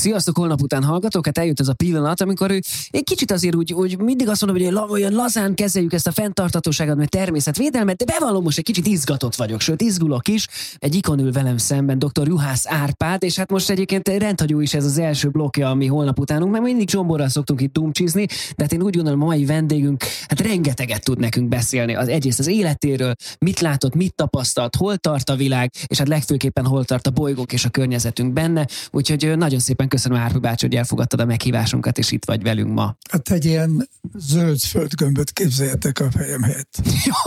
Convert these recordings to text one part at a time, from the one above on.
Sziasztok, holnap után hallgatók, hát eljött ez a pillanat, amikor egy kicsit azért úgy mindig azt mondom, hogy olyan lazán kezeljük ezt a fenntarthatóságot, meg természetvédelmet, de bevallom, most egy kicsit izgatott vagyok, sőt izgulok is. Egy ikon ül velem szemben, dr. Juhász Árpád, és hát most egyébként rendhagyó is ez az első blokkja, ami holnap utánunk, mert mindig Zsomborral szoktunk itt dumcsizni, de hát én úgy gondolom, a mai vendégünk hát rengeteget tud nekünk beszélni. Egyrészt az életéről, mit látott, mit tapasztalt, hol tart a világ, és hát legfőképpen hol tart a bolygók és a környezetünk benne. Úgyhogy nagyon szépen köszönöm, Árpi bácsi, hogy elfogadtad a meghívásunkat, és itt vagy velünk ma. Hát egy ilyen zöld földgömböt képzeljetek a fejem helyett.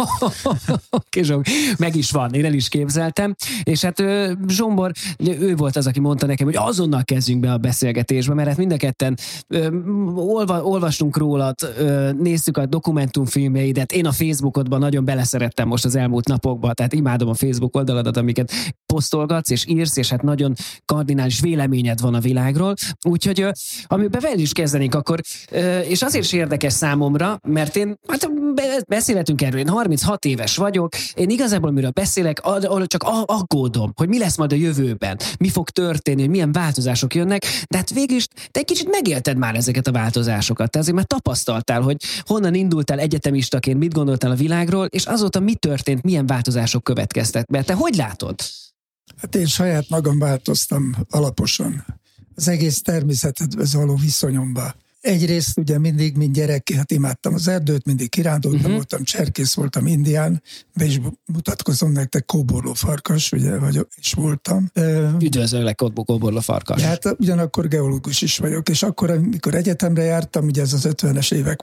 Oké, meg is van, én el is képzeltem. És hát Zsombor, ő volt az, aki mondta nekem, hogy azonnal kezdjünk be a beszélgetésbe, mert hát mind a ketten olvastunk rólad, néztük a dokumentumfilmjeidet, én a Facebookodban nagyon beleszerettem most az elmúlt napokban, tehát imádom a Facebook oldaladat, amiket posztolgatsz és írsz, és hát nagyon kardinális véleményed van a világról. Úgyhogy amiben veled is kezdenénk akkor, és azért is érdekes számomra, mert én, hát beszélhetünk erről, én 36 éves vagyok, én igazából miről beszélek, csak aggódom, hogy mi lesz majd a jövőben, mi fog történni, milyen változások jönnek, de hát végül is te egy kicsit megélted már ezeket a változásokat, te azért már tapasztaltál, hogy honnan indultál egyetemistaként, mit gondoltál a világról, és azóta mi történt, milyen változások következtek be. Te hogy látod? Hát én saját magam változtam alaposan. Az egész természethez való viszonyomba. Egyrészt ugye mindig, mint gyerek, hát imádtam az erdőt, mindig kirándultam, voltam cserkész, voltam indián, be is mutatkozom nektek, kóborló farkas, ugye vagyok, és voltam. Üdvözöllek, kóborló farkas. De hát ugyanakkor geológus is vagyok, és akkor, amikor egyetemre jártam, ugye ez az 50-es évek,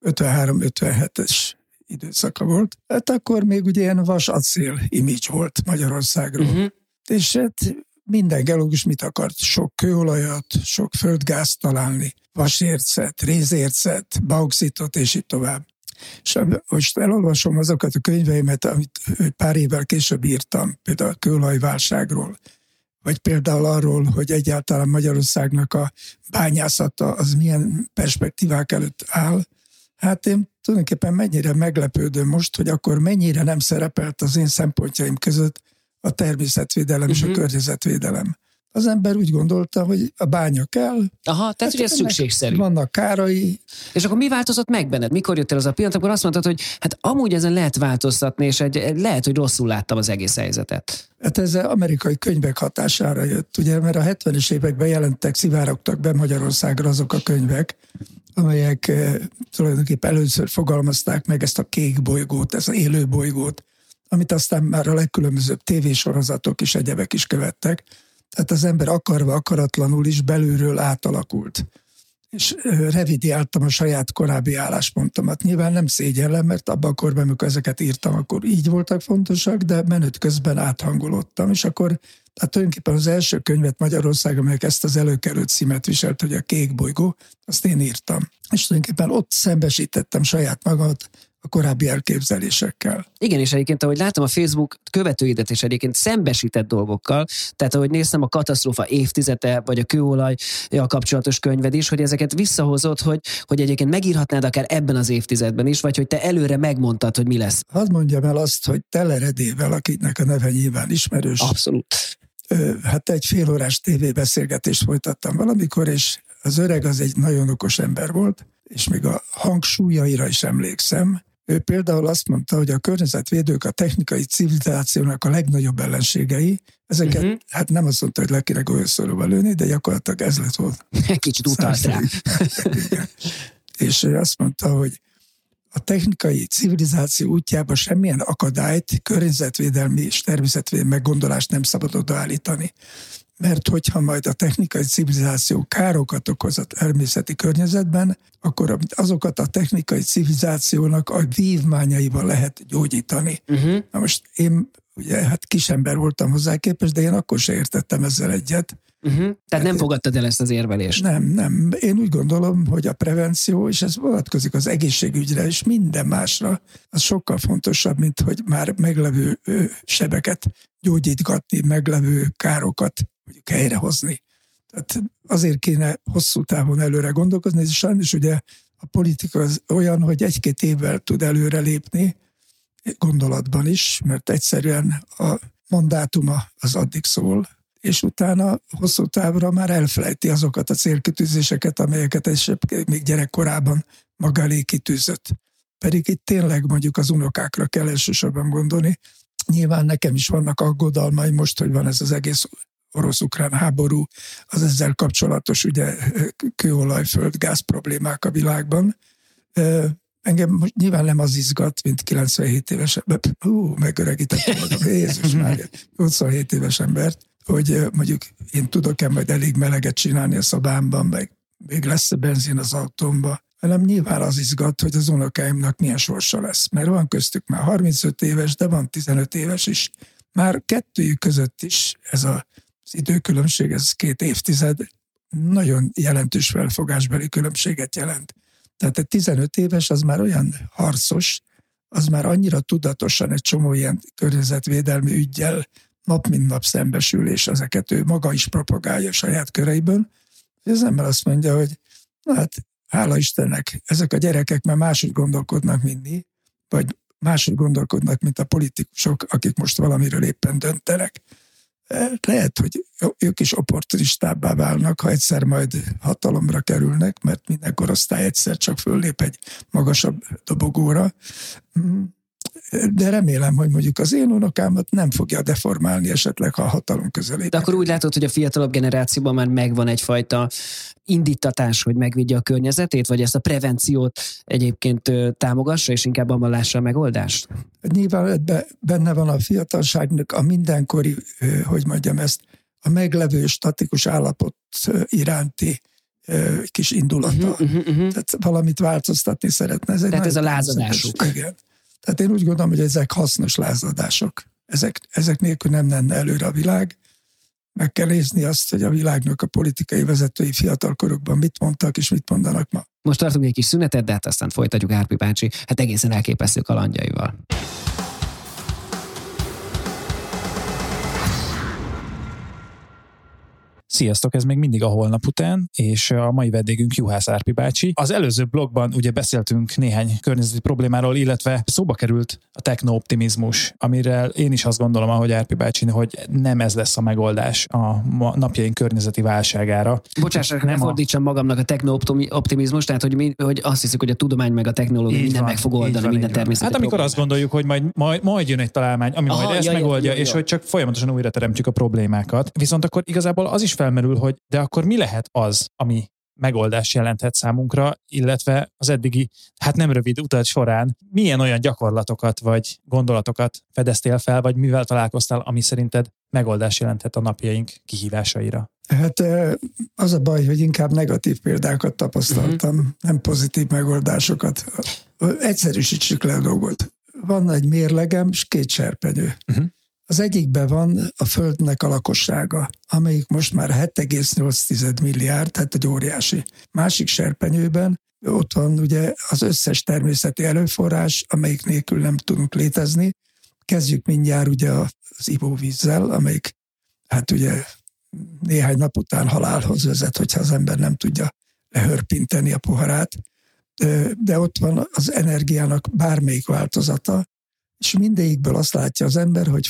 53-57-es időszaka volt, hát akkor még ugye ilyen vas-acél image volt Magyarországról. És hát minden geológus mit akart? Sok kőolajat, sok földgázt találni, vasércet, rézércet, bauxitot, és így tovább. És most elolvasom azokat a könyveimet, amit pár évvel később írtam, például a kőolajválságról, vagy például arról, hogy egyáltalán Magyarországnak a bányászata az milyen perspektívák előtt áll. Hát én tulajdonképpen mennyire meglepődöm most, hogy akkor mennyire nem szerepelt az én szempontjaim között a természetvédelem és a környezetvédelem. Az ember úgy gondolta, hogy a bánya kell. Aha, tehát ugye ez szükségszerű. Vannak kárai. És akkor mi változott meg benned? Mikor jött el az a pillanat, akkor azt mondtad, hogy hát amúgy ezen lehet változtatni, és lehet, hogy rosszul láttam az egész helyzetet. Hát ez az amerikai könyvek hatására jött, ugye, mert a 70-es években jelentek, szivárogtak be Magyarországra azok a könyvek, amelyek tulajdonképpen először fogalmazták meg ezt a kék bolygót, ezt az élő bolygót, amit aztán már a legkülönbözőbb tévésorozatok és egyebek is követtek. Tehát az ember akarva, akaratlanul is belülről átalakult. És revidiáltam a saját korábbi álláspontomat. Nyilván nem szégyellem, mert abban a korban, amikor ezeket írtam, akkor így voltak fontosak, de menet közben áthangolódtam. És akkor hát tulajdonképpen az első könyvet Magyarországon, amelyek ezt az előkelő címet viselt, hogy a kék bolygó, azt én írtam. És tulajdonképpen ott szembesítettem saját magamat a korábbi elképzelésekkel. Igen, és egyébként, ahogy látom a Facebook követőidet, és egyébként szembesített dolgokkal, tehát ahogy néztem a katasztrófa évtizede, vagy a kőolajjal kapcsolatos könyved is, hogy ezeket visszahozott, hogy egyébként megírhatnád akár ebben az évtizedben is, vagy hogy te előre megmondtad, hogy mi lesz. Hadd mondjam el azt, hogy Teleredével, akinek a neve nyilván ismerős. Abszolút. Hát egy félórás tévébeszélgetést folytattam valamikor, és az öreg az egy nagyon okos ember volt, és még a hangsúlyaira is emlékszem. Ő például azt mondta, hogy a környezetvédők a technikai civilizációnak a legnagyobb ellenségei. Ezeket, hát nem azt mondta, hogy le kéne golyószóróval lőni, de gyakorlatilag ez lett volt. Kicsit utalt rá. És ő azt mondta, hogy a technikai civilizáció útjába semmilyen akadályt, környezetvédelmi és természetvédelmi meggondolást nem szabad odaállítani. Mert hogyha majd a technikai civilizáció károkat okoz a természeti környezetben, akkor azokat a technikai civilizációnak a vívmányaival lehet gyógyítani. Na most én ugye hát kisember voltam hozzá képest, de én akkor se értettem ezzel egyet. Tehát nem fogadtad el ezt az érvelést? Nem. Én úgy gondolom, hogy a prevenció, és ez vonatkozik az egészségügyre és minden másra, az sokkal fontosabb, mint hogy már meglevő sebeket gyógyítgatni, meglevő károkat mondjuk helyrehozni. Tehát azért kéne hosszú távon előre gondolkozni, és sajnos ugye a politika az olyan, hogy 1-2 évvel tud előre lépni, gondolatban is, mert egyszerűen a mandátuma az addig szól, és utána hosszú távra már elfelejti azokat a célkitűzéseket, amelyeket esetleg még gyerekkorában maga elé kitűzött. Pedig itt tényleg mondjuk az unokákra kell elsősorban gondolni. Nyilván nekem is vannak aggodalmai most, hogy van ez az egész orosz-ukrán háború, az ezzel kapcsolatos ugye kőolaj, földgáz problémák a világban. Engem most nyilván nem az izgat, mint 97 évesen, megöregítettem magam, Jézus Mária, 27 éves embert, hogy mondjuk én tudok-e majd elég meleget csinálni a szobámban, meg még lesz-e benzin az autómban, hanem nyilván az izgat, hogy az unokáimnak milyen sorsa lesz. Mert van köztük már 35 éves, de van 15 éves is. Már kettőjük között is ez az időkülönbség, ez 2 évtized, nagyon jelentős felfogásbeli különbséget jelent. Tehát egy 15 éves az már olyan harcos, az már annyira tudatosan egy csomó ilyen környezetvédelmi üggyel nap mint nap szembesül, és ezeket ő maga is propagálja saját köreiből. Az ember azt mondja, hogy na hát, hála Istennek, ezek a gyerekek már máshogy gondolkodnak, mint mi, vagy máshogy gondolkodnak, mint a politikusok, akik most valamiről éppen döntenek. Lehet, hogy ők is opportunistábbá válnak, ha egyszer majd hatalomra kerülnek, mert minden korosztály egyszer csak föllép egy magasabb dobogóra. De remélem, hogy mondjuk az én unokámat nem fogja deformálni esetleg, ha a hatalom közelében. De akkor úgy látod, hogy a fiatalabb generációban már megvan egyfajta indítatás, hogy megvédje a környezetét, vagy ezt a prevenciót egyébként támogassa, és inkább abban lássa a megoldást? Nyilván benne van a fiatalságnak a mindenkori, hogy mondjam ezt, a meglevő statikus állapot iránti kis indulata. Tehát valamit változtatni szeretne. Tehát ez a lázadásuk. Igen. Tehát én úgy gondolom, hogy ezek hasznos lázadások. Ezek nélkül nem lenne előre a világ. Meg kell nézni azt, hogy a világnak a politikai vezetői fiatalkorukban mit mondtak és mit mondanak ma. Most tartunk egy kis szünetet, de hát aztán folytatjuk Árpi bácsi, hát egészen elképesztő kalandjaival. Sziasztok, ez még mindig a Holnap után, és a mai vendégünk Juhász Árpi bácsi. Az előző blogban ugye beszéltünk néhány környezeti problémáról, illetve szóba került a technooptimizmus, amire én is azt gondolom, ahogy Árpi bácsi, hogy nem ez lesz a megoldás a napjaink környezeti válságára. Bocsássak, ne fordítsam magamnak a technooptimizmus, tehát hogy azt hiszük, hogy a tudomány meg a technológia minden meg fog oldani, minden természeti Hát amikor azt gondoljuk, hogy majd jön egy találmány, ami majd ezt megoldja, és hogy csak folyamatosan újra teremtjük a problémákat. Viszont akkor igazából az is felmerül, hogy de akkor mi lehet az, ami megoldást jelenthet számunkra, illetve az eddigi, hát nem rövid utat során milyen olyan gyakorlatokat vagy gondolatokat fedeztél fel, vagy mivel találkoztál, ami szerinted megoldást jelenthet a napjaink kihívásaira? Hát az a baj, hogy inkább negatív példákat tapasztaltam, nem pozitív megoldásokat. Egyszerűsítsük le a dolgot. Van egy mérlegem, és 2 serpenyő. Az egyikben van a Földnek a lakossága, amelyik most már 7,8 milliárd, tehát egy óriási. Másik serpenyőben ott van ugye az összes természeti erőforrás, amelyik nélkül nem tudunk létezni. Kezdjük mindjárt ugye az ivóvízzel, amelyik hát ugye néhány nap után halálhoz vezet, hogyha az ember nem tudja lehörpinteni a poharát. De ott van az energiának bármelyik változata, és mindegyikből azt látja az ember, hogy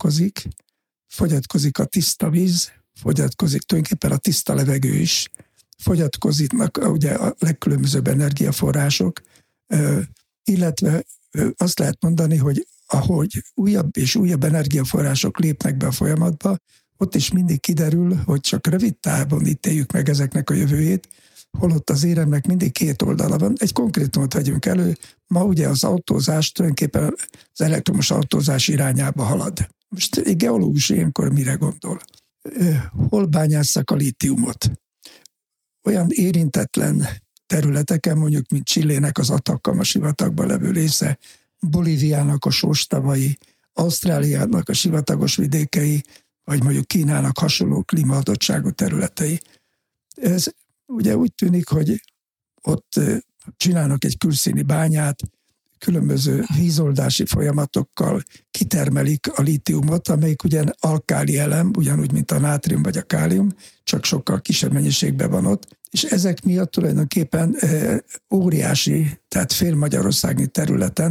fogyatkozik a tiszta víz, fogyatkozik tulajdonképpen a tiszta levegő is, fogyatkoznak ugye a legkülönbözőbb energiaforrások, illetve azt lehet mondani, hogy ahogy újabb és újabb energiaforrások lépnek be a folyamatba, ott is mindig kiderül, hogy csak rövid távon ítéljük meg ezeknek a jövőjét, holott az éremnek mindig 2 oldala van. Egy konkrétumot vegyünk elő, ma ugye az autózás tulajdonképpen az elektromos autózás irányába halad. Most egy geológus ilyenkor mire gondol? Hol bányásszak a lítiumot? Olyan érintetlen területeken, mondjuk, mint Chilének az Atacama sivatagban levő része, Bolíviának a sóstavai, Ausztráliának a sivatagos vidékei, vagy mondjuk Kínának hasonló klímaadottságú területei. Ez ugye úgy tűnik, hogy ott csinálnak egy külszíni bányát, különböző vízoldási folyamatokkal kitermelik a lítiumot, amelyik ugye alkáli elem, ugyanúgy, mint a nátrium vagy a kálium, csak sokkal kisebb mennyiségben van ott, és ezek miatt tulajdonképpen óriási, tehát fél Magyarországi területen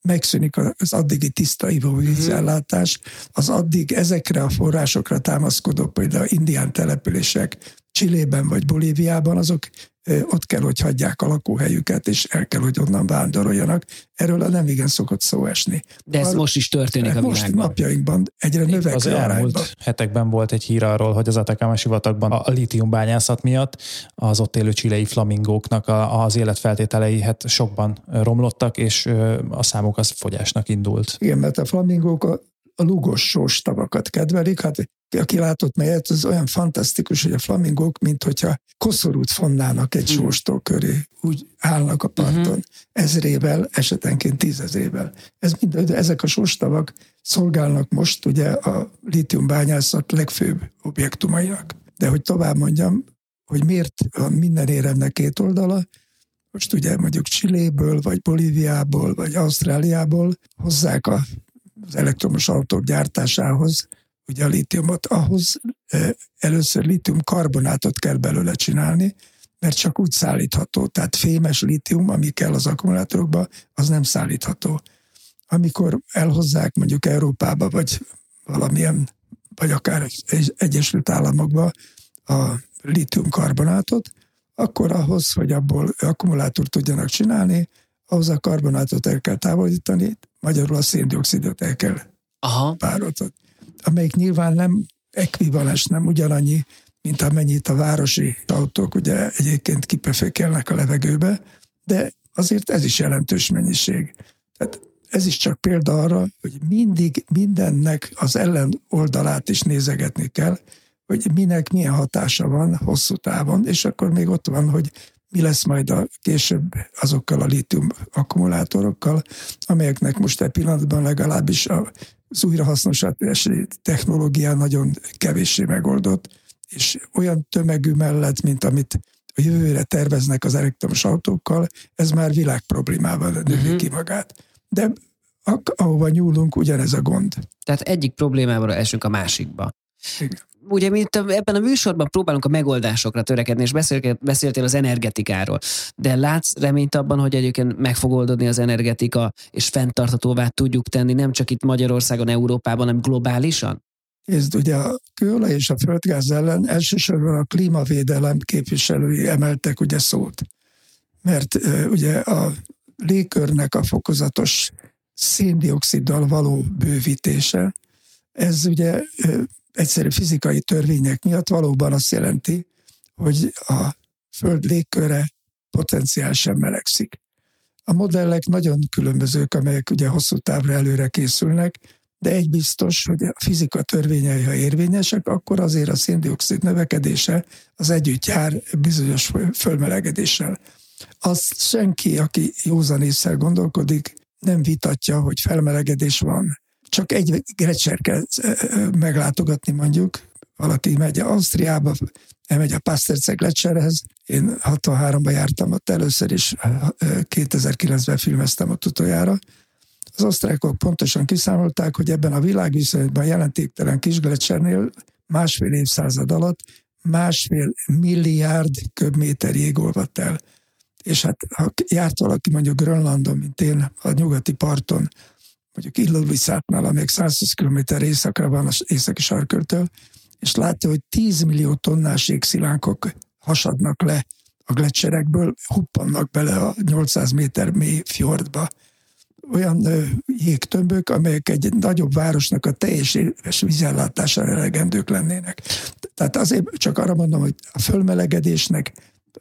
megszűnik az addigi tiszta ivóvízellátás, az addig ezekre a forrásokra támaszkodó például indián települések Chilében vagy Bolíviában, azok ott kell, hogy hagyják a lakóhelyüket, és el kell, hogy onnan vándoroljanak. Erről nem igen szokott szó esni. De ez most is történik a világban. Most napjainkban egyre növekvő az elmúlt hetekben volt egy hír arról, hogy az Atacama-sivatagban a lítiumbányászat miatt az ott élő chilei flamingóknak az életfeltételei sokban romlottak, és a számuk az fogyásnak indult. Igen, mert a flamingók a lúgos sóstavakat kedvelik, hát aki látott melyet, az olyan fantasztikus, hogy a flamingók, mint hogyha koszorút fonnának egy sóstó köré, úgy állnak a parton, ezrével, esetenként 10 000-ével. Ezek a sóstavak szolgálnak most ugye a lítiumbányászat legfőbb objektumainak. De hogy tovább mondjam, hogy miért van minden éremnek két oldala, most ugye mondjuk Chiléből, vagy Bolíviából, vagy Ausztráliából hozzák az elektromos autók gyártásához ugye a lítiumot, ahhoz először lítiumkarbonátot kell belőle csinálni, mert csak úgy szállítható. Tehát fémes lítium, ami kell az akkumulátorokba, az nem szállítható. Amikor elhozzák mondjuk Európába, vagy valamilyen, vagy akár Egyesült Államokba a lítiumkarbonátot, akkor ahhoz, hogy abból akkumulátort tudjanak csinálni, ahhoz a karbonátot el kell távolítani, magyarul a széndioxidot el kell pároltatni. Amelyik nyilván nem ekvivalens, nem ugyanannyi, mint amennyit a városi autók ugye egyébként kipefékelnek a levegőbe, de azért ez is jelentős mennyiség. Tehát ez is csak példa arra, hogy mindig mindennek az ellenoldalát is nézegetni kell, hogy minek milyen hatása van hosszú távon, és akkor még ott van, hogy mi lesz majd a később azokkal a lítium akkumulátorokkal, amelyeknek most egy pillanatban legalábbis az újrahasznosítási technológia nagyon kevéssé megoldott, és olyan tömegű mellett, mint amit a jövőre terveznek az elektromos autókkal, ez már világproblémával növi ki magát. De ahova nyúlunk, ugyanez a gond. Tehát egyik problémával esünk a másikba. Igen. Ugye mi ebben a műsorban próbálunk a megoldásokra törekedni, és beszéltél az energetikáról. De látsz reményt abban, hogy egyébként meg fog oldódni az energetika, és fenntarthatóvá tudjuk tenni, nem csak itt Magyarországon, Európában, hanem globálisan? Nézd, ugye a kőolaj és a földgáz ellen elsősorban a klímavédelem képviselői emeltek ugye szót. Mert ugye a légkörnek a fokozatos széndioxiddal való bővítése, ez ugye egyszerű fizikai törvények miatt valóban azt jelenti, hogy a Föld légköre potenciálisan melegszik. A modellek nagyon különbözők, amelyek ugye hosszú távra előre készülnek, de egy biztos, hogy a fizika törvényei, ha érvényesek, akkor azért a széndioxid növekedése az együtt jár bizonyos fölmelegedéssel. Azt senki, aki józanésszel gondolkodik, nem vitatja, hogy felmelegedés van. Csak egy grecser kell meglátogatni mondjuk, valaki megy Ausztriába, elmegy a Pasterze gletszerhez. Én 63-ban jártam ott először, és 2009-ben filmeztem ott utoljára. Az osztrákok pontosan kiszámolták, hogy ebben a világviszonyban jelentéktelen kis gletszernél 1,5 évszázad alatt 1,5 milliárd köbméter jég olvadt el. És hát ha járt valaki mondjuk Grönlandon, mint én, a nyugati parton, mondjuk Ilulissátnál, amelyik 120 km északra van az északi sarkkörtől, és látja, hogy 10 millió tonnás jégszilánkok hasadnak le a gletszerekből, huppannak bele a 800 méter mély fjordba. Olyan jégtömbök, amelyek egy nagyobb városnak a teljes éves vízellátására elegendők lennének. Tehát azért csak arra mondom, hogy a fölmelegedésnek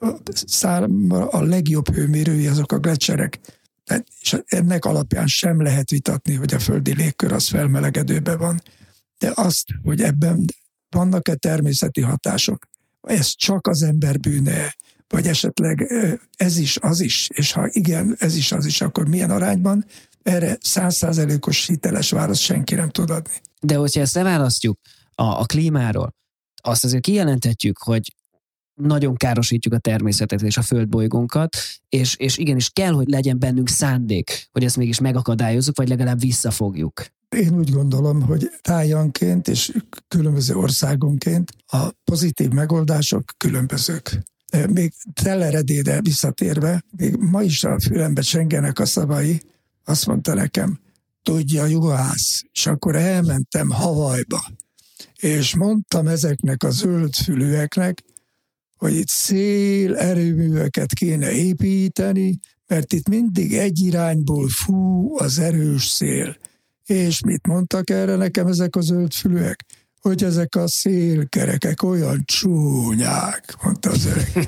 számomra a legjobb hőmérői azok a gletszerek. És ennek alapján sem lehet vitatni, hogy a földi légkör az felmelegedőben van. De azt, hogy ebben vannak-e természeti hatások, ez csak az ember bűne, vagy esetleg ez is, az is, és ha igen, ez is, az is, akkor milyen arányban, erre 100%-os hiteles választ senki nem tud adni. De hogyha ezt leválasztjuk a klímáról, azt azért kijelenthetjük, hogy nagyon károsítjuk a természetet és a földbolygónkat, és igenis kell, hogy legyen bennünk szándék, hogy ezt mégis megakadályozzuk, vagy legalább visszafogjuk. Én úgy gondolom, hogy tájanként és különböző országonként a pozitív megoldások különbözők. Még Telleredére visszatérve, még ma is a fülembe csengenek a szavai, azt mondta nekem, tudja, juhász, és akkor elmentem Havajba, és mondtam ezeknek a zöldfülűeknek, hogy itt szélerőműveket kéne építeni, mert itt mindig egy irányból fú az erős szél. És mit mondtak erre nekem ezek a zöldfülűek? Hogy ezek a szélkerekek olyan csúnyák, mondta az öreg.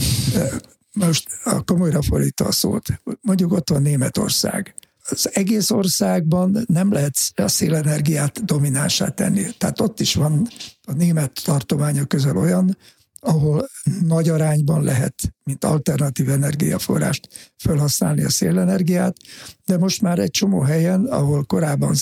Most komolyra fordítva a szót. Mondjuk ott van Németország. Az egész országban nem lehet a szélenergiát dominánsá tenni. Tehát ott is van a német tartományok közül olyan, ahol nagy arányban lehet, mint alternatív energiaforrást felhasználni a szélenergiát, de most már egy csomó helyen, ahol korábban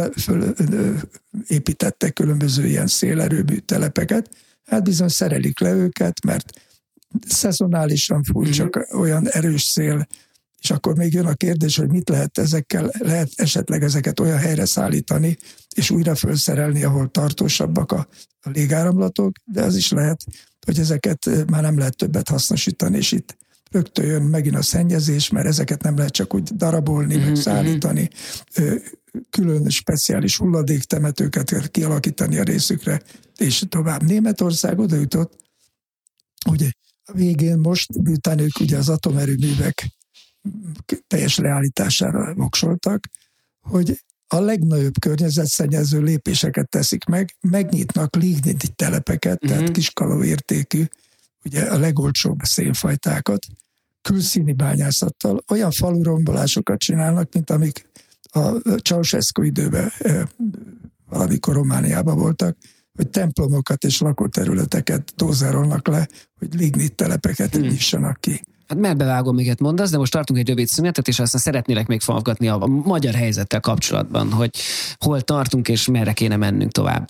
építettek különböző ilyen szélerőmű telepeket, hát bizony szerelik le őket, mert szezonálisan fúj csak olyan erős szél, és akkor még jön a kérdés, hogy mit lehet ezekkel, lehet esetleg ezeket olyan helyre szállítani, és újra felszerelni, ahol tartósabbak a légáramlatok, de az is lehet, hogy ezeket már nem lehet többet hasznosítani, és itt rögtön jön megint a szennyezés, mert ezeket nem lehet csak úgy darabolni, meg szállítani, külön speciális hulladéktemetőket kell kialakítani a részükre, és tovább. Németország oda jutott, ugye a végén most, miután ők ugye az atomerőművek teljes realitására voksoltak, hogy a legnagyobb környezetszennyező lépéseket teszik meg, megnyitnak lignit telepeket, tehát kiskalóértékű, ugye a legolcsóbb szénfajtákat, külszíni bányászattal, olyan falurombolásokat csinálnak, mint amik a Ceausescu időben valamikor Romániában voltak, hogy templomokat és lakóterületeket dózerolnak le, hogy lignit telepeket nyissanak ki. Hát melbevágom, miket mondasz, de most tartunk egy rövid szünetet, és aztán szeretnélek még falgatni a magyar helyzettel kapcsolatban, hogy hol tartunk, és merre kéne mennünk tovább.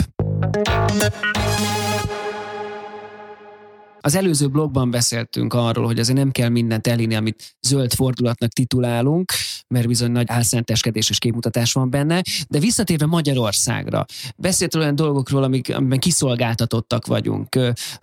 Az előző blogban beszéltünk arról, hogy azért nem kell mindent elhinni, amit zöld fordulatnak titulálunk, mert bizony nagy álszenteskedés és képmutatás van benne, de visszatérve Magyarországra, beszéltél olyan dolgokról, amiben kiszolgáltatottak vagyunk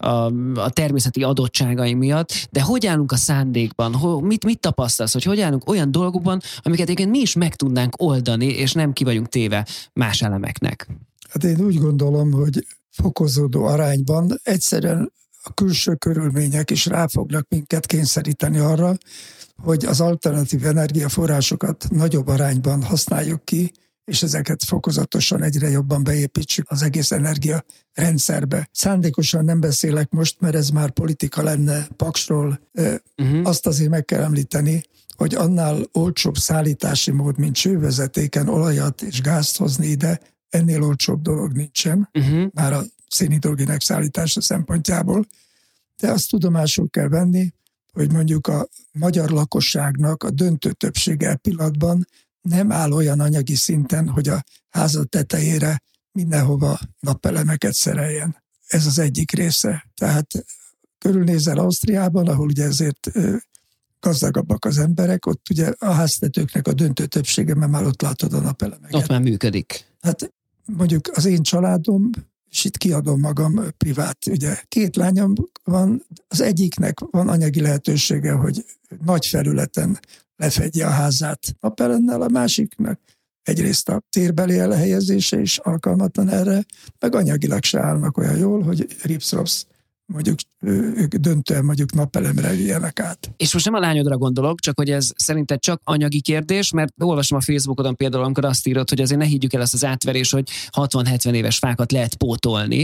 a természeti adottságai miatt, de hogy állunk a szándékban? Mit tapasztalsz, hogy állunk olyan dolgokban, amiket egyébként mi is meg tudnánk oldani, és nem ki vagyunk téve más elemeknek? Hát én úgy gondolom, hogy fokozódó arányban egyszerűen a külső körülmények is rá fognak minket kényszeríteni arra, hogy az alternatív energiaforrásokat nagyobb arányban használjuk ki, és ezeket fokozatosan egyre jobban beépítsük az egész energiarendszerbe. Szándékosan nem beszélek most, mert ez már politika lenne paksról. Azt azért meg kell említeni, hogy annál olcsóbb szállítási mód, mint csővezetéken olajat és gázt hozni ide, ennél olcsóbb dolog nincsen, már a szénhidrogének szállítása szempontjából, de azt tudomásul kell venni, hogy mondjuk a magyar lakosságnak a döntő többsége pillanatban nem áll olyan anyagi szinten, hogy a háza tetejére mindenhova napelemeket szereljen. Ez az egyik része. Tehát körülnézel Ausztriában, ahol ugye ezért gazdagabbak az emberek, ott ugye a háztetőknek a döntő többsége, mert már ott látod a napelemeket. Ott már működik. Hát mondjuk az én családom, és itt kiadom magam privát, ugye 2 lányom van, az egyiknek van anyagi lehetősége, hogy nagy felületen lefedje a házát napelemmel, a másiknak egyrészt a térbeli elhelyezése is alkalmatlan erre, meg anyagilag se állnak olyan jól, hogy ripsz-ropsz, mondjuk ők döntően mondjuk napelemre vigyenek át. És most nem a lányodra gondolok, csak hogy ez szerinted csak anyagi kérdés, mert olvasom a Facebookodon például, amikor azt írod, hogy azért ne higgyük el azt az átverés, hogy 60-70 éves fákat lehet pótolni,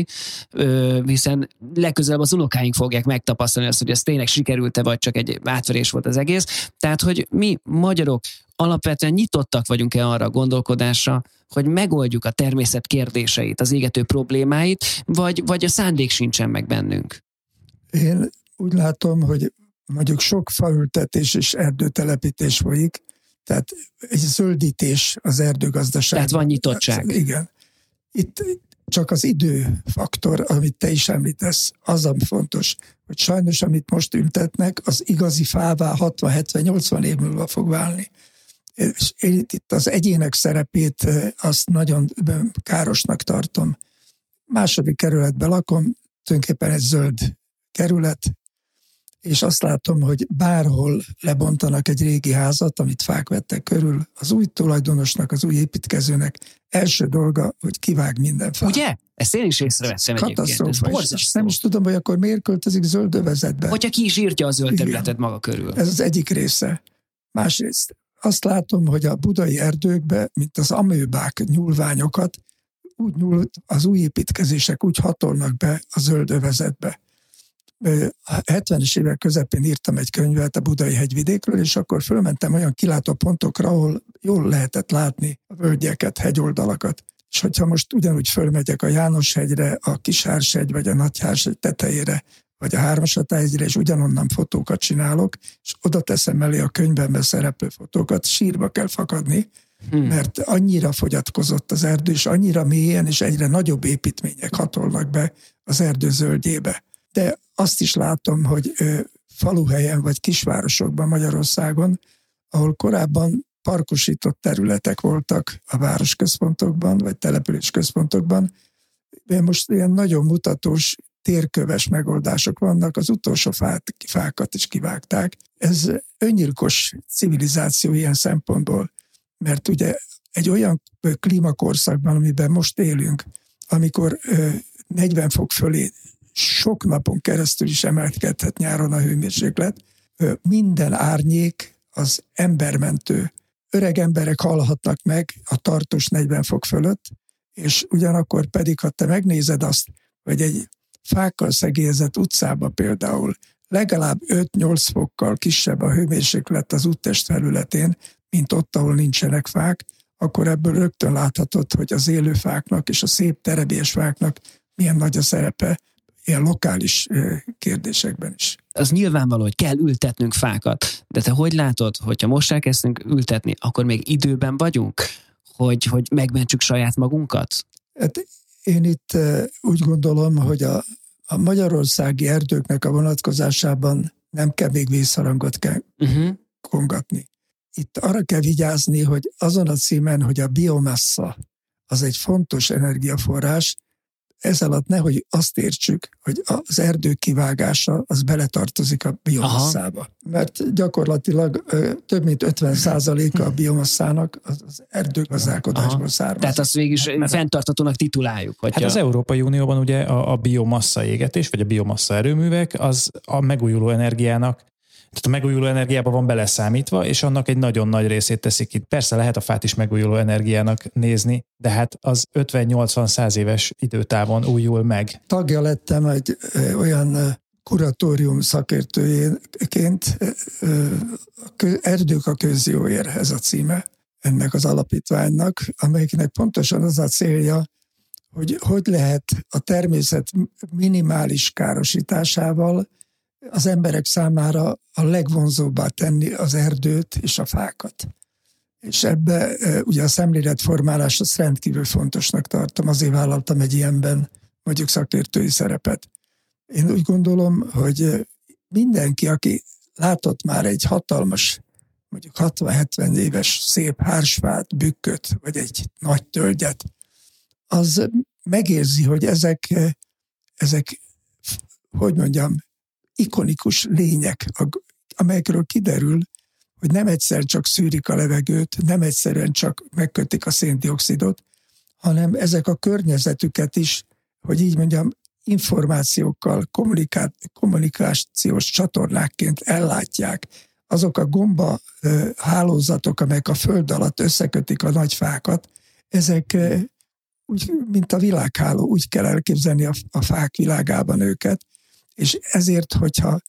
hiszen legközelebb az unokáink fogják megtapasztalni azt, hogy ez tényleg sikerült-e, vagy csak egy átverés volt az egész. Tehát, hogy mi magyarok alapvetően nyitottak vagyunk-e arra a gondolkodásra, hogy megoldjuk a természet kérdéseit, az égető problémáit, vagy a szándék sincsen meg bennünk? Én úgy látom, hogy mondjuk sok faültetés és erdőtelepítés folyik, tehát egy zöldítés az erdőgazdaságban. Tehát van nyitottság. Igen. Itt csak az időfaktor, amit te is említesz, az, ami fontos, hogy sajnos, amit most ültetnek, az igazi fává 60-70-80 év múlva fog válni. És én itt az egyének szerepét azt nagyon károsnak tartom. Második kerületben lakom, tulajdonképpen egy zöld kerület, és azt látom, hogy bárhol lebontanak egy régi házat, amit fák vettek körül, az új tulajdonosnak, az új építkezőnek első dolga, hogy kivág minden fát. Ugye? Ezt én is észrevettem egyébként. Katasztrófa. Nem is tudom, hogy akkor miért költözik zöld övezetbe. Hogyha ki is írtja a zöld területet maga körül. Ez az egyik része. Másrészt azt látom, hogy a budai erdőkbe, mint az amőbák nyúlványokat, az új építkezések úgy hatolnak be a zöld övezetbe. A 70-es évek közepén írtam egy könyvet a budai hegyvidékről, és akkor fölmentem olyan kilátópontokra, ahol jól lehetett látni a völgyeket, hegyoldalakat. És hogyha most ugyanúgy fölmegyek a János-hegyre, a Kishársegy vagy a Nagyhársegy tetejére, vagy a Hármashatá-hegyre, és ugyanonnan fotókat csinálok, és oda teszem elé a könyvemben szereplő fotókat, sírba kell fakadni, mert annyira fogyatkozott az erdő, és annyira mélyen, és egyre nagyobb építmények hatolnak be az erdő zöldjébe. De azt is látom, hogy faluhelyen vagy kisvárosokban Magyarországon, ahol korábban parkosított területek voltak a városközpontokban, vagy településközpontokban, de most ilyen nagyon mutatós, térköves megoldások vannak, az utolsó fákat is kivágták. Ez öngyilkos civilizáció ilyen szempontból, mert ugye egy olyan klímakorszakban, amiben most élünk, amikor 40 fok fölé sok napon keresztül is emelkedhet nyáron a hőmérséklet, minden árnyék az embermentő. Öreg emberek halhatnak meg a tartós 40 fok fölött, és ugyanakkor pedig, ha te megnézed azt, hogy egy fákkal szegélyezett utcába például legalább 5-8 fokkal kisebb a hőmérséklet az úttest felületén, mint ott, ahol nincsenek fák, akkor ebből rögtön láthatod, hogy az élő fáknak és a szép terebélyes fáknak milyen nagy a szerepe ilyen lokális kérdésekben is. Az nyilvánvaló, hogy kell ültetnünk fákat, de te hogy látod, hogyha most elkezdtünk ültetni, akkor még időben vagyunk, hogy megmentsük saját magunkat? Hát én itt úgy gondolom, hogy a magyarországi erdőknek a vonatkozásában nem kell még vészharangot kongatni. Itt arra kell vigyázni, hogy azon a címen, hogy a biomassa az egy fontos energiaforrás, ez alatt nehogy azt értsük, hogy az erdő kivágása az beletartozik a biomasszába. Aha. Mert gyakorlatilag több mint 50%-a a biomasszának az erdőgazdálkodásból származik. Tehát azt végig is fenntartatónak tituláljuk. Hát az Európai Unióban ugye a biomassa égetés, vagy a biomassa erőművek, az a megújuló energiának, tehát a megújuló energiában van beleszámítva, és annak egy nagyon nagy részét teszik itt. Persze lehet a fát is megújuló energiának nézni, de hát az 50-80-100 éves időtávon újul meg. Tagja lettem egy olyan kuratórium szakértőjéként, Erdők a közjóért, ez a címe ennek az alapítványnak, amelyiknek pontosan az a célja, hogy lehet a természet minimális károsításával az emberek számára a legvonzóbbá tenni az erdőt és a fákat. És ebbe ugye a szemléletformálás azt rendkívül fontosnak tartom, azért vállaltam egy ilyenben mondjuk szakértői szerepet. Én úgy gondolom, hogy mindenki, aki látott már egy hatalmas, mondjuk 60-70 éves szép hársfát, bükköt, vagy egy nagy tölgyet, az megérzi, hogy ezek hogy mondjam, ikonikus lények, amelyekről kiderül, hogy nem egyszer csak szűrik a levegőt, nem egyszerűen csak megkötik a széndioxidot, hanem ezek a környezetüket is, hogy így mondjam, információkkal, kommunikációs csatornákként ellátják. Azok a gomba hálózatok, amelyek a föld alatt összekötik a nagy fákat, ezek úgy, mint a világháló, úgy kell elképzelni a fák világában őket, és ezért, hogyha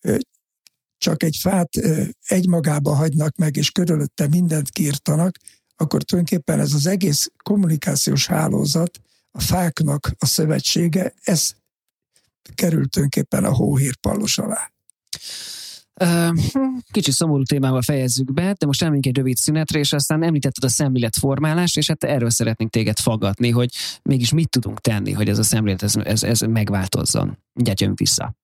csak egy fát egymagába hagynak meg, és körülötte mindent kiirtanak, akkor tulajdonképpen ez az egész kommunikációs hálózat, a fáknak a szövetsége, ez került tulajdonképpen a hóhírpallos alá. Kicsit szomorú témával fejezzük be, de most elmegyünk egy rövid szünetre, és aztán említetted a szemléletformálást, és hát erről szeretnénk téged faggatni, hogy mégis mit tudunk tenni, hogy ez a szemlélet ez megváltozzon. Gyerünk vissza.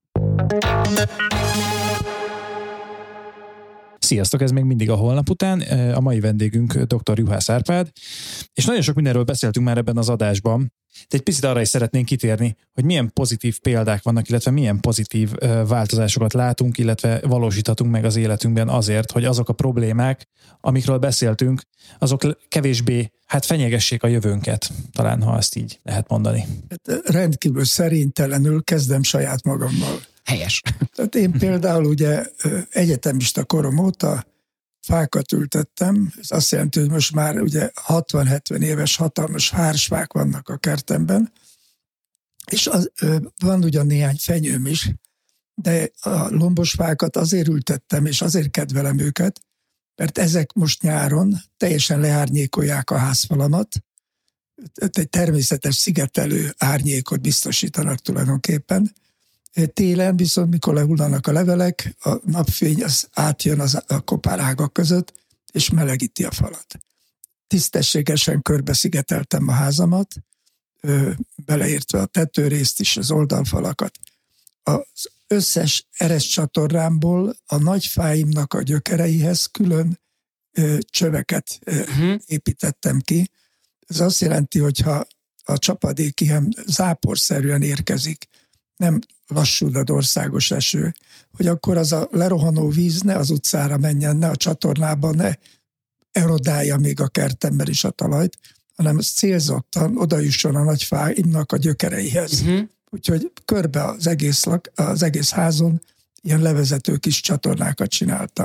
Sziasztok, ez még mindig a Holnap után. A mai vendégünk dr. Juhász Árpád, és nagyon sok mindenről beszéltünk már ebben az adásban, de egy picit arra is szeretnénk kitérni, hogy milyen pozitív példák vannak, illetve milyen pozitív változásokat látunk, illetve valósíthatunk meg az életünkben azért, hogy azok a problémák, amikről beszéltünk, azok kevésbé fenyegessék a jövőnket, talán, ha ezt így lehet mondani. Rendkívül szerénytelenül kezdem saját magammal. Helyes. Tehát én például ugye egyetemista korom óta fákat ültettem, ez azt jelenti, hogy most már ugye 60-70 éves hatalmas hársfák vannak a kertemben, és van ugyan néhány fenyőm is, de a lombosfákat azért ültettem, és azért kedvelem őket, mert ezek most nyáron teljesen leárnyékolják a házfalamat, egy természetes szigetelő árnyékot biztosítanak tulajdonképpen. Télen viszont, mikor lehullanak a levelek, a napfény az átjön a kopárágak között, és melegíti a falat. Tisztességesen körbeszigeteltem a házamat, beleértve a tetőrészt is, az oldalfalakat. Az összes ereszcsatornámból a nagyfáimnak a gyökereihez külön csöveket építettem ki. Ez azt jelenti, hogyha a csapadék ilyen záporszerűen érkezik, nem lassú, de országos eső, hogy akkor az a lerohanó víz ne az utcára menjen, ne a csatornában, ne erodálja még a kertemben is a talajt, hanem célzottan odajusson a nagyfáimnak a gyökereihez. Úgyhogy körbe az egész házon ilyen levezető kis csatornákat csináltam.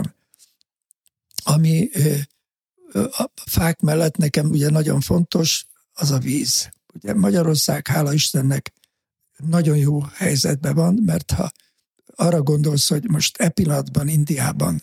Ami a fák mellett nekem ugye nagyon fontos, az a víz. Ugye Magyarország, hála Istennek, nagyon jó helyzetben van, mert ha arra gondolsz, hogy most pillanatban Indiában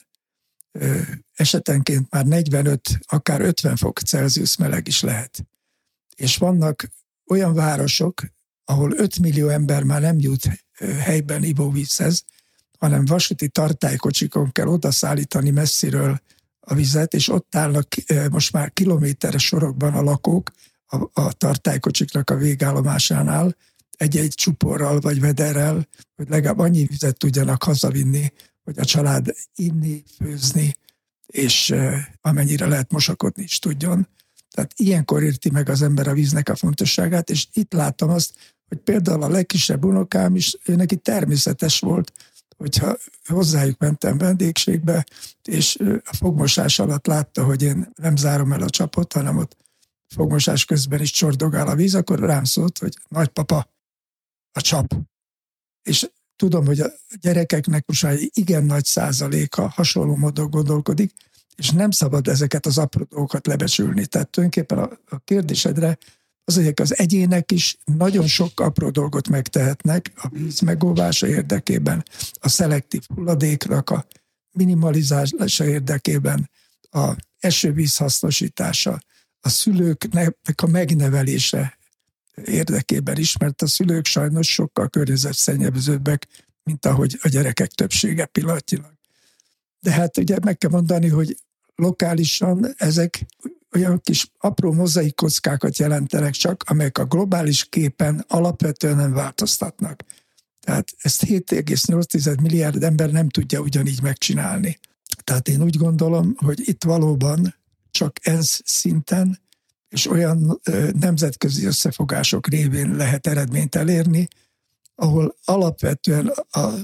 esetenként már 45, akár 50 fok Celsius meleg is lehet. És vannak olyan városok, ahol 5 millió ember már nem jut helyben ivóvízhez, hanem vasúti tartálykocsikon kell odaszállítani messziről a vizet, és ott állnak most már kilométeres sorokban a lakók a tartálykocsiknak a végállomásánál, egy-egy csuporral vagy vederrel, hogy legalább annyi vizet tudjanak hazavinni, hogy a család inni, főzni, és amennyire lehet mosakodni is tudjon. Tehát ilyenkor érti meg az ember a víznek a fontosságát, és itt láttam azt, hogy például a legkisebb unokám is, ő neki természetes volt, hogyha hozzájuk mentem vendégségbe, és a fogmosás alatt látta, hogy én nem zárom el a csapot, hanem ott fogmosás közben is csordogál a víz, akkor rám szólt, hogy nagypapa, a csap. És tudom, hogy a gyerekeknek most már igen nagy százaléka hasonló módon gondolkodik, és nem szabad ezeket az apró dolgokat lebecsülni. Tehát tulajdonképpen a kérdésedre az egyének is nagyon sok apró dolgot megtehetnek a víz megóvása érdekében, a szelektív hulladéknak a minimalizálása érdekében, a esővíz hasznosítása, a szülőknek a megnevelése érdekében is, mert a szülők sajnos sokkal környezetszennyezőbbek, mint ahogy a gyerekek többsége pillanatnyilag. De hát ugye meg kell mondani, hogy lokálisan ezek olyan kis apró mozaik kockákat jelentenek csak, amelyek a globális képen alapvetően nem változtatnak. Tehát ezt 7,8 milliárd ember nem tudja ugyanígy megcsinálni. Tehát én úgy gondolom, hogy itt valóban csak ENSZ szinten és olyan nemzetközi összefogások révén lehet eredményt elérni, ahol alapvetően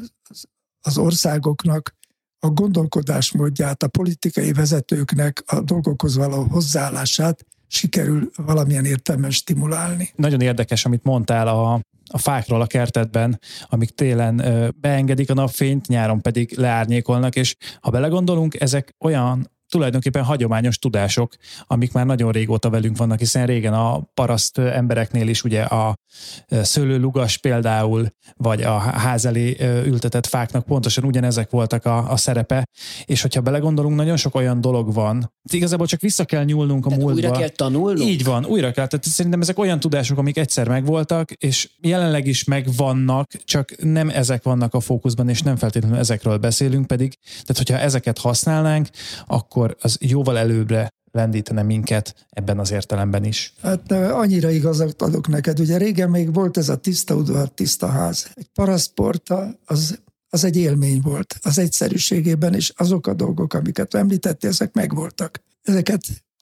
az országoknak a gondolkodásmódját, a politikai vezetőknek a dolgokhoz való hozzáállását sikerül valamilyen értelemben stimulálni. Nagyon érdekes, amit mondtál a fákról a kertedben, amik télen beengedik a napfényt, nyáron pedig leárnyékolnak, és ha belegondolunk, ezek olyan tulajdonképpen hagyományos tudások, amik már nagyon régóta velünk vannak, hiszen régen a paraszt embereknél is ugye a szőlőlugas például, vagy a ház elé ültetett fáknak pontosan ugyanezek voltak a szerepe, és hogyha belegondolunk, nagyon sok olyan dolog van. Igazából csak vissza kell nyúlnunk a múltba. Újra kell tanulnunk? Így van, újra kell. Tehát szerintem ezek olyan tudások, amik egyszer megvoltak, és jelenleg is megvannak, csak nem ezek vannak a fókuszban, és nem feltétlenül ezekről beszélünk pedig. Tehát hogyha ezeket használnánk, akkor az jóval előbbre lendítene minket ebben az értelemben is. Hát annyira igazat adok neked. Ugye régen még volt ez a tiszta udvar, tiszta ház. Egy parasztporta az egy élmény volt az egyszerűségében, és azok a dolgok, amiket említettél, ezek megvoltak. Ezeket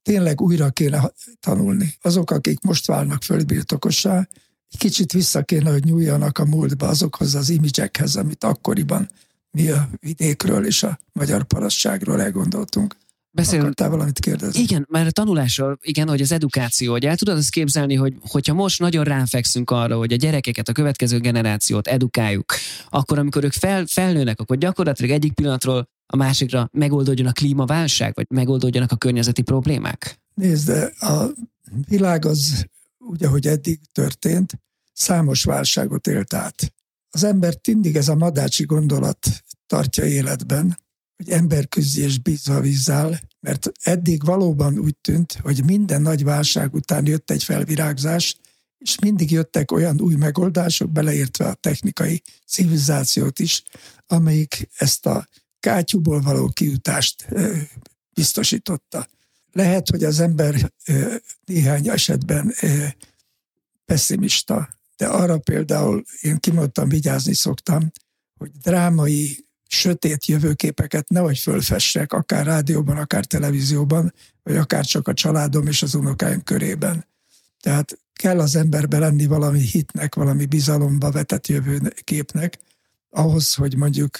tényleg újra kéne tanulni. Azok, akik most válnak földbirtokossá, egy kicsit vissza kéne, hogy nyúljanak a múltba azokhoz az imidzsekhez, amit akkoriban mi a vidékről és a magyar parasztságról elgondoltunk. Akartál valamit kérdezni? Igen, mert a tanulásról, igen, hogy az edukáció, hogy el tudod azt képzelni, hogyha most nagyon ráfekszünk arra, hogy a gyerekeket, a következő generációt edukáljuk, akkor amikor ők felnőnek, akkor gyakorlatilag egyik pillanatról a másikra megoldódjon a klímaválság, vagy megoldódjanak a környezeti problémák? Nézd, de a világ az, ugye, hogy eddig történt, számos válságot élt át. Az embert mindig ez a madácsi gondolat tartja életben, hogy ember küzdi és bízva vízzál, mert eddig valóban úgy tűnt, hogy minden nagy válság után jött egy felvirágzás, és mindig jöttek olyan új megoldások, beleértve a technikai civilizációt is, amelyik ezt a kátyúból való kijutást biztosította. Lehet, hogy az ember néhány esetben pessimista, de arra például én kimondtam, vigyázni szoktam, hogy drámai, sötét jövőképeket nehogy fölfessek, akár rádióban, akár televízióban, vagy akár csak a családom és az unokáim körében. Tehát kell az emberbe lenni valami hitnek, valami bizalomba vetett jövőképnek, ahhoz, hogy mondjuk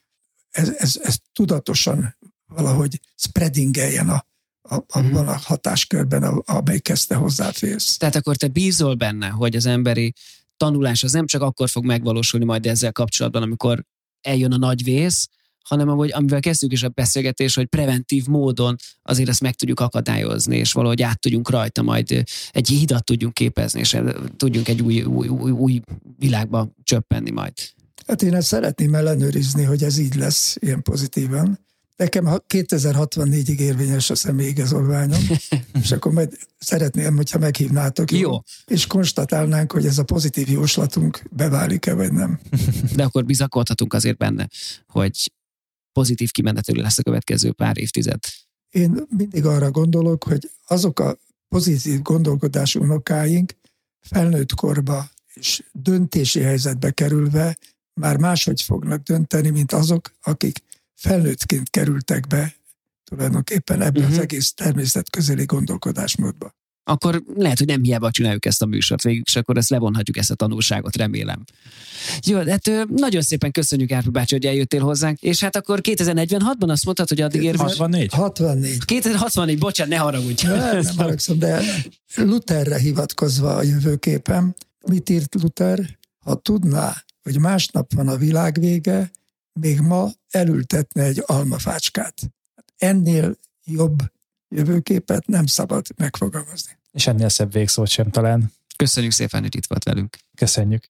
ez tudatosan valahogy spreadingeljen abban a hatáskörben, amelyikhez te hozzáférsz. Tehát akkor te bízol benne, hogy az emberi tanulás az nem csak akkor fog megvalósulni majd ezzel kapcsolatban, amikor eljön a nagy vész, hanem amivel kezdjük is a beszélgetés, hogy preventív módon azért ezt meg tudjuk akadályozni, és valahogy át tudjunk rajta majd egy hidat tudjunk képezni, és tudjunk egy új világba csöppenni majd. Hát én ezt szeretném ellenőrizni, hogy ez így lesz, ilyen pozitívan. Nekem 2064-ig érvényes a személyigazolványom, és akkor majd szeretném, hogyha meghívnátok, jó? És konstatálnánk, hogy ez a pozitív jóslatunk beválik-e, vagy nem. De akkor bizakodhatunk azért benne, hogy pozitív kimenetelő lesz a következő pár évtized. Én mindig arra gondolok, hogy azok a pozitív gondolkodású unokáink felnőtt korba és döntési helyzetbe kerülve már máshogy fognak dönteni, mint azok, akik felnőttként kerültek be tulajdonképpen ebbe az egész természetközeli gondolkodásmódba. Akkor lehet, hogy nem hiába csináljuk ezt a műsort végig, és akkor ezt levonhatjuk, ezt a tanulságot, remélem. Jó, hát nagyon szépen köszönjük, Árpi bácsi, hogy eljöttél hozzánk, és hát akkor 2046-ban azt mondtad, hogy addig érve... 64. 2064, bocsánat, ne haragudj. Nem haragszom, de Lutherre hivatkozva a jövőképem, mit írt Luther? Ha tudná, hogy másnap van a világ vége, még ma elültetne egy almafácskát. Ennél jobb jövőképet nem szabad megfogalmazni. És ennél szebb végszót sem talán. Köszönjük szépen, hogy itt volt velünk. Köszönjük.